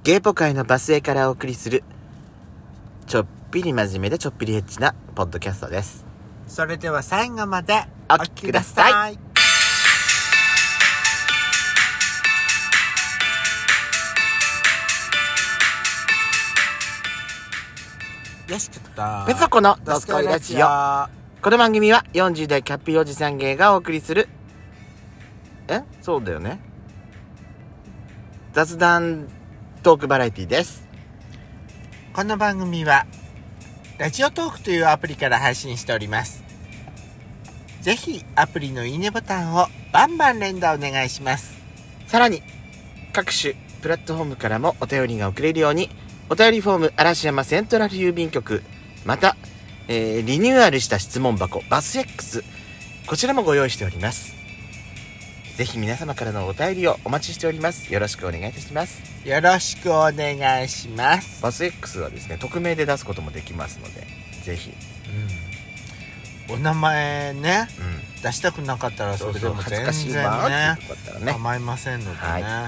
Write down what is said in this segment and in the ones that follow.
ゲイポ界のバスへからお送りするちょっぴり真面目でちょっぴりエッチなポッドキャストです。 それでは最後までお聞きください。 よしことペソコのドスコイラジオ。この番組は40代キャッピーおじさん芸がお送りするそうだよね、雑談トークバラエティです。 この番組はラジオトークというアプリから配信しております。ぜひアプリのいいねボタンをバンバン連打お願いします。 さらに各種プラットフォームからもお便りが送れるように、お便りフォーム嵐山セントラル郵便局、また、リニューアルした質問箱バス X、 こちらもご用意しております。ぜひ皆様からのお便りをお待ちしております。よろしくお願いいたします。 よろしくお願いします。 バス X はですね、匿名で出すこともできますので、ぜひ、 お名前ね、出したくなかったらそれでも全然ね構いませんのでね、 はい、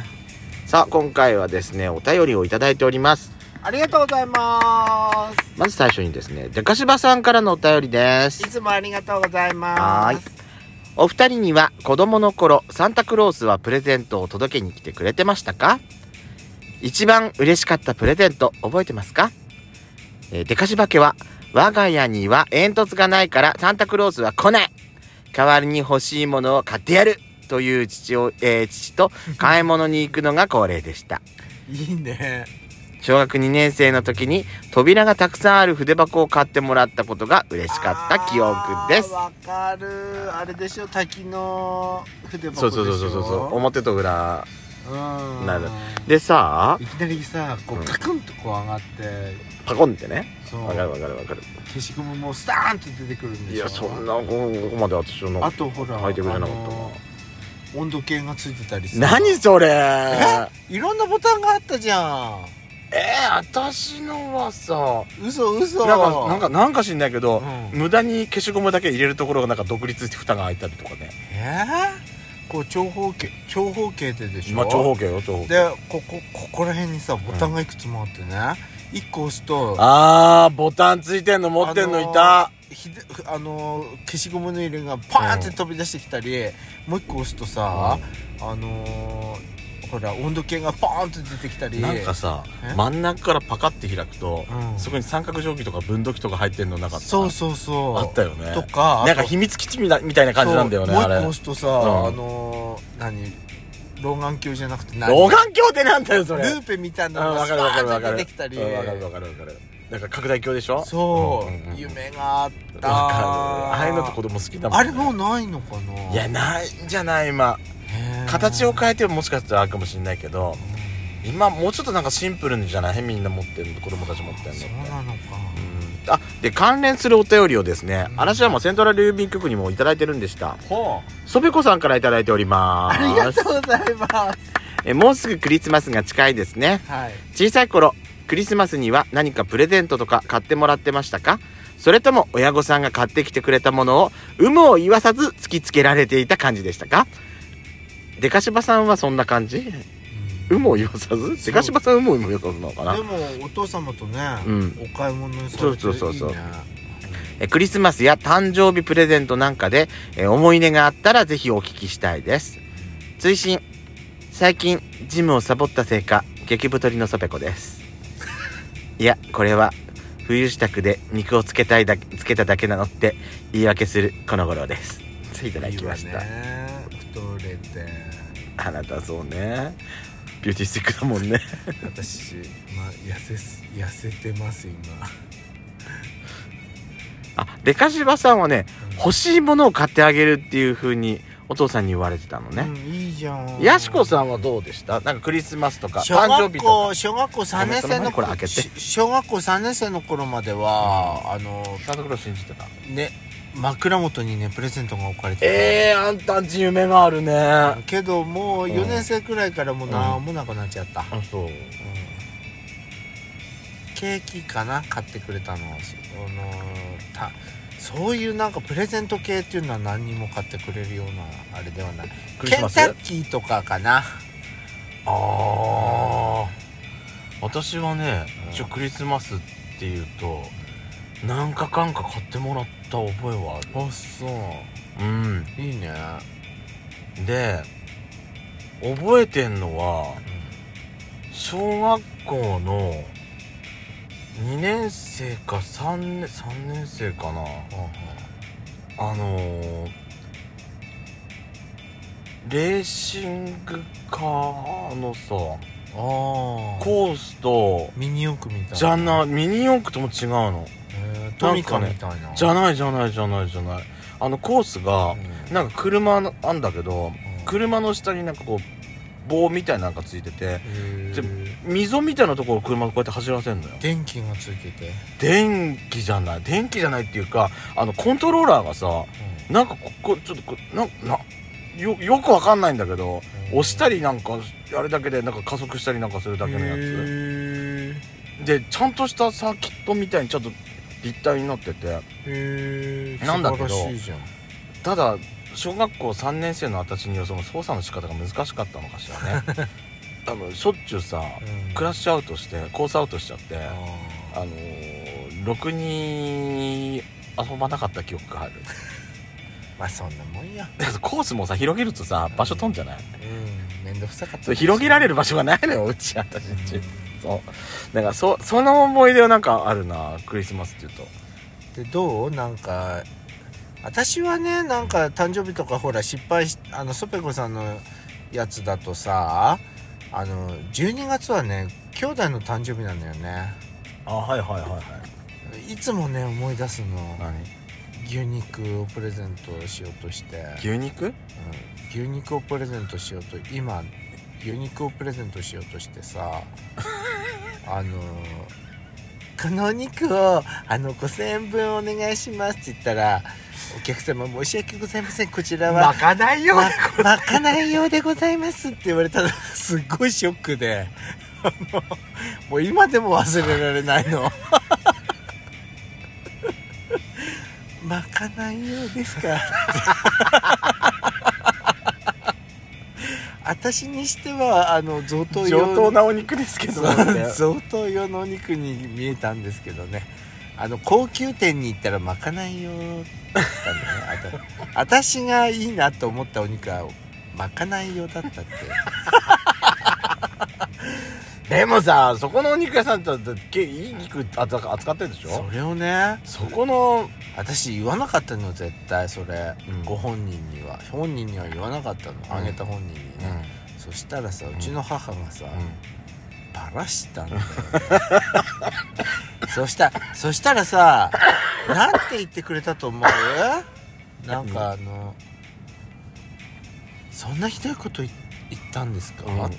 さあ今回はですね、お便りをいただいております。 ありがとうございます。 まず最初にですね、デカシバさんからのお便りです。 いつもありがとうございます。 お二人には子供の頃サンタクロースはプレゼントを届けに来てくれてましたか？一番嬉しかったプレゼント覚えてますか？デカシバ家は我が家には煙突がないからサンタクロースは来ない、代わりに欲しいものを買ってやるという父と買い物に行くのが恒例でしたいいね。 小学2年生の時に扉がたくさんある筆箱を買ってもらったことが嬉しかった記憶です。 わかる。あれでしょ、滝の筆箱でしょ。 そう表と裏なる。 ででさ、 いきなりさ、こうカクンとこう上がってパコンってね。 そう、 わかる。 消しゴムもスターンと出てくるんでしょ。 いや、そんなここまで私のあとほら履いてくれなかったな。 温度計がついてたりさ。 何それ。 いろんなボタンがあったじゃん。 私のはさ、 嘘なんか知んないけど、無駄に消しゴムだけ入れるところがなんか独立して蓋が開いたりとかね。 こう長方形ででしょ。 まあ長方形よ、長方形で、ここら辺にさボタンがいくつもあってね、1個押すとボタンついてんの持ってんのいた。 消しゴムの入れがパーンって飛び出してきたり、もう1個押すとさ、ほら温度計がパーンと出てきたり、 なんかさ、真ん中からパカって開くと、そこに三角定規とか分度器とか入ってんのなかった？ そうあったよね。 とかなんか秘密基地みたいな感じなんだよね。 もう一個押すとさ、老眼鏡じゃなくて老眼鏡ってなんだよそれ。 ルーペみたいなのがスパーンと出てきたり、 わかる。なんか拡大鏡でしょ。 そう、夢があった。 ああいうのって子供好きだもんね。 あれもうないのかな。 いや、ないんじゃない今。形を変えてももしかしたらあるかもしれないけど、今もうちょっとなんかシンプルにじゃない？みんな持ってるの、子供たち持ってるのって。 そうなのか。 で関連するお便りをですね、嵐山セントラル郵便局にもいただいてるんでした。そべこさんからいただいております。 ありがとうございます。 もうすぐクリスマスが近いですね。小さい頃クリスマスには何かプレゼントとか買ってもらってましたか？それとも親御さんが買ってきてくれたものを有無を言わさず突きつけられていた感じでしたか？デカシバさんはそんな感じ？有無を言わさず？デカシバさん有無を言わさずなのかな。 でもお父様とね、お買い物にされていいね。 そうクリスマスや誕生日プレゼントなんかで、思い出があったらぜひお聞きしたいです。追伸、最近ジムをサボったせいか激太りのソペコです。いや、これは冬支度で肉をつけただけなのって言い訳するこの頃です。いただきました。 太れて、 あなたそうね、ビューティースティックだもんね。 私、痩せてます今。 デカシバさんはね、欲しいものを買ってあげるっていう風にお父さんに言われてたのね。 いいじゃん。 やしこさんはどうでした？なんかクリスマスとか誕生日とか。小学校3年生の頃、 小学校3年生の頃までは、 サンタクロース信じてたね。枕元にねプレゼントが置かれてた。あんたんち夢があるね。 けどもう4年生くらいからもうなんもなくなっちゃった。 そう。 ケーキかな買ってくれたの。そういうなんかプレゼント系っていうのは何にも買ってくれるようなあれではない。ケンタッキーとかかな。 私はね、一応クリスマスっていうと何かかんか買ってもらった覚えはある。 あ、そういいね。 で覚えてんのは小学校の2年生か3年生かな、レーシングカーのさコースとミニ四駆みたいなじゃなミニ四駆とも違うの。 トミカみたいな。 じゃないコースがなんか車のあんだけど、車の下になんかこう棒みたいなのがついてて、で溝みたいなところを車をこうやって走らせるのよ。 電気がついてて。 電気じゃないっていうか、コントローラーがさ、なんかここちょっとよくわかんないんだけど、押したりなんかあれだけでなんか加速したりなんかするだけのやつで、ちゃんとしたサーキットみたいにちょっと立体になってて、なんだけど、 素晴らしいじゃん。 ただ小学校3年生の私にはその操作の仕方が難しかったのかしらねしょっちゅうさ、クラッシュアウトしてコースアウトしちゃって、ろくに遊ばなかった記憶があるまあそんなもんや。 コースもさ広げるとさ場所飛んじゃない？ めんどくさかった。 そう広げられる場所がないのよ、うち私んち。そうだからその思い出はなんかあるな、クリスマスっていうと。 でどう？なんか私はね、なんか誕生日とかほら失敗しソペコさんのやつだとさ、12月はね兄弟の誕生日なんだよね。いつもね思い出すの。 何？ 牛肉をプレゼントしようとして。 牛肉？ 牛肉をプレゼントしようと今牛肉をプレゼントしようとしてさこのお肉を5000円分お願いしますって言ったら、お客様申し訳ございません、こちらはまかないよまかない用でございますって言われたらすっごいショックでもう今でも忘れられないのまかない用ですか私にしては贈答なお肉ですけど贈答用のお肉に見えたんですけどね、高級店に行ったらまかない用だったんだね私がいいなと思ったお肉はまかない用だったってでもさ、そこのお肉屋さんっていい肉扱ってるでしょ。 それをね、 そこの私言わなかったの絶対それ、ご本人には言わなかったの、あげた本人にね、そしたらさ、うちの母がさ、バラしたんだよそしたらさ、なんて言ってくれたと思う？なんかそんなひどいこと言ったんですか、って、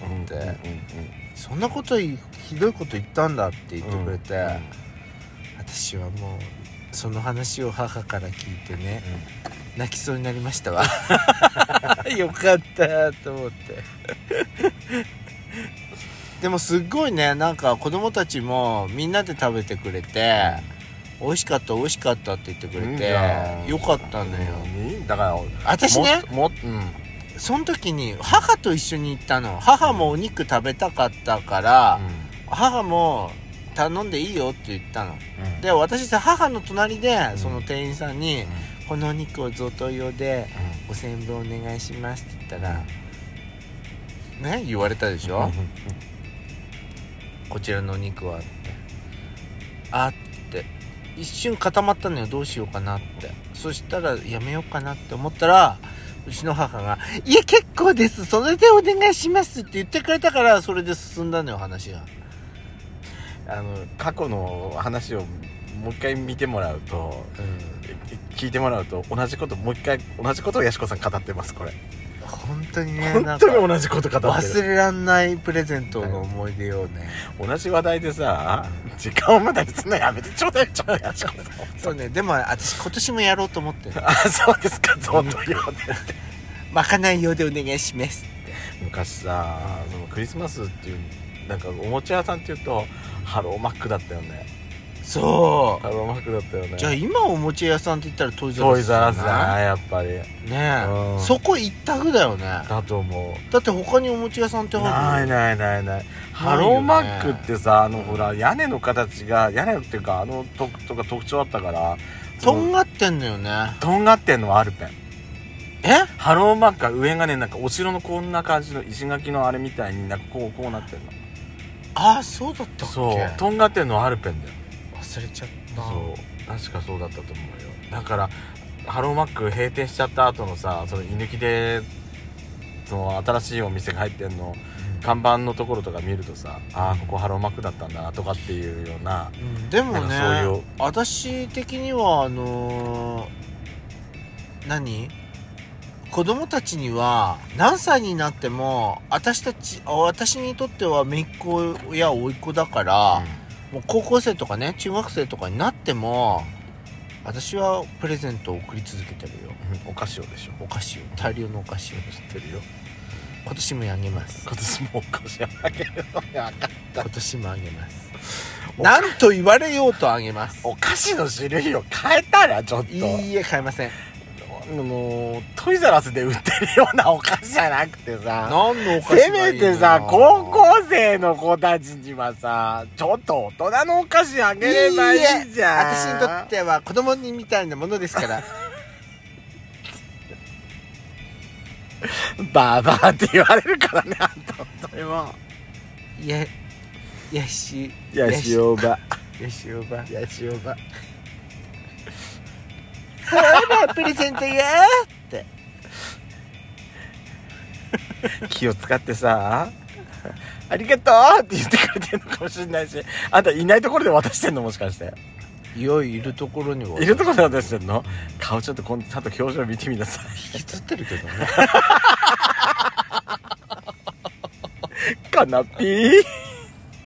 そんなことひどいこと言ったんだって言ってくれて、私はもうその話を母から聞いてね、泣きそうになりましたわよかったと思ってでもすっごいね、なんか子供たちもみんなで食べてくれて、美味しかったって言ってくれて、よかったんだよ。 だから私ね、その時に母と一緒に行ったの。母もお肉食べたかったから、母も頼んでいいよって言ったの、で私さ、母の隣でその店員さんに、このお肉を贈答用で5000円分お願いしますって言ったら、ね、言われたでしょこちらのお肉はってって一瞬固まったのよ、どうしようかなって。そしたらやめようかなって思ったら、うちの母がいや結構です、それでお願いしますって言ってくれたから、それで進んだのよ、話が。 過去の話をもう一回見てもらうと、聞いてもらうと、同じことをやしこさん語ってます。これ本当にね、 本当に同じこと語ってる。 忘れらんないプレゼントの思い出をね、 同じ話題でさ、時間を無駄にすんのやめてちょうだいちょっとやしこさんそうね、でも私今年もやろうと思ってるそうですか、贈答用でまかない用でお願いしますって。 昔さ、そのクリスマスっていうなんかおもちゃ屋さんっていうとハローマックだったよね。 そハローマックだったよね。 う。じゃあ今おもちゃ屋さんって言ったらトイザトらスじゃないイザらスだな、やっぱり。 ねえ、 うんそこ一択だよね。 だと思う。 だって他におもちゃ屋さんってある？ ない。ハローマックってさ、ほら、屋根の形が、屋根っていうか、とか特徴あったから、 とんがってんのよね。 とんがってんのはアルペン。 え？ ハローマックは上がね、なんかお城のこんな感じの石垣のあれみたいになんかこうなってんの。 ああ、そうだったっけ？ そう。とんがってんのはアルペンだよ。 忘れちゃった。 そう。確かそうだったと思うよ。だから、ハローマック閉店しちゃった後のさ、その居抜きで、その新しいお店が入ってんの、看板のところとか見るとさ、ああここハローマックだったんだなとかっていうような、 でもね、 そういう私的には子供たちには何歳になっても私にとっては姪っ子や甥っ子だから、もう高校生とかね中学生とかになっても私はプレゼントを送り続けてるよ。 お菓子をでしょ。 お菓子を、大量のお菓子を知ってるよ。 今年もあげます。 今年もお菓子あげるのに分かった。 今年もあげます。なんと言われようとあげます。 お菓子の種類を変えたらちょっと。 いいえ、変えません。 トイザらスで売ってるようなお菓子じゃなくてさ、 何のお菓子せめてさ、高校生の子たちにはさ、ちょっと大人のお菓子あげればいいじゃん。 私にとっては子供にみたいなものですからバーバーって言われるからね、あんた本当にもう。よしおばほらプレゼントやって気を使ってさ、ありがとうって言ってくれてるのかもしれないし、あんたいないところで渡してんの、もしかして。 いや、いるところにはいるところで渡してんの。顔ちょっとちゃんと表情見てみなさい。 引きつってるけどねかなぴー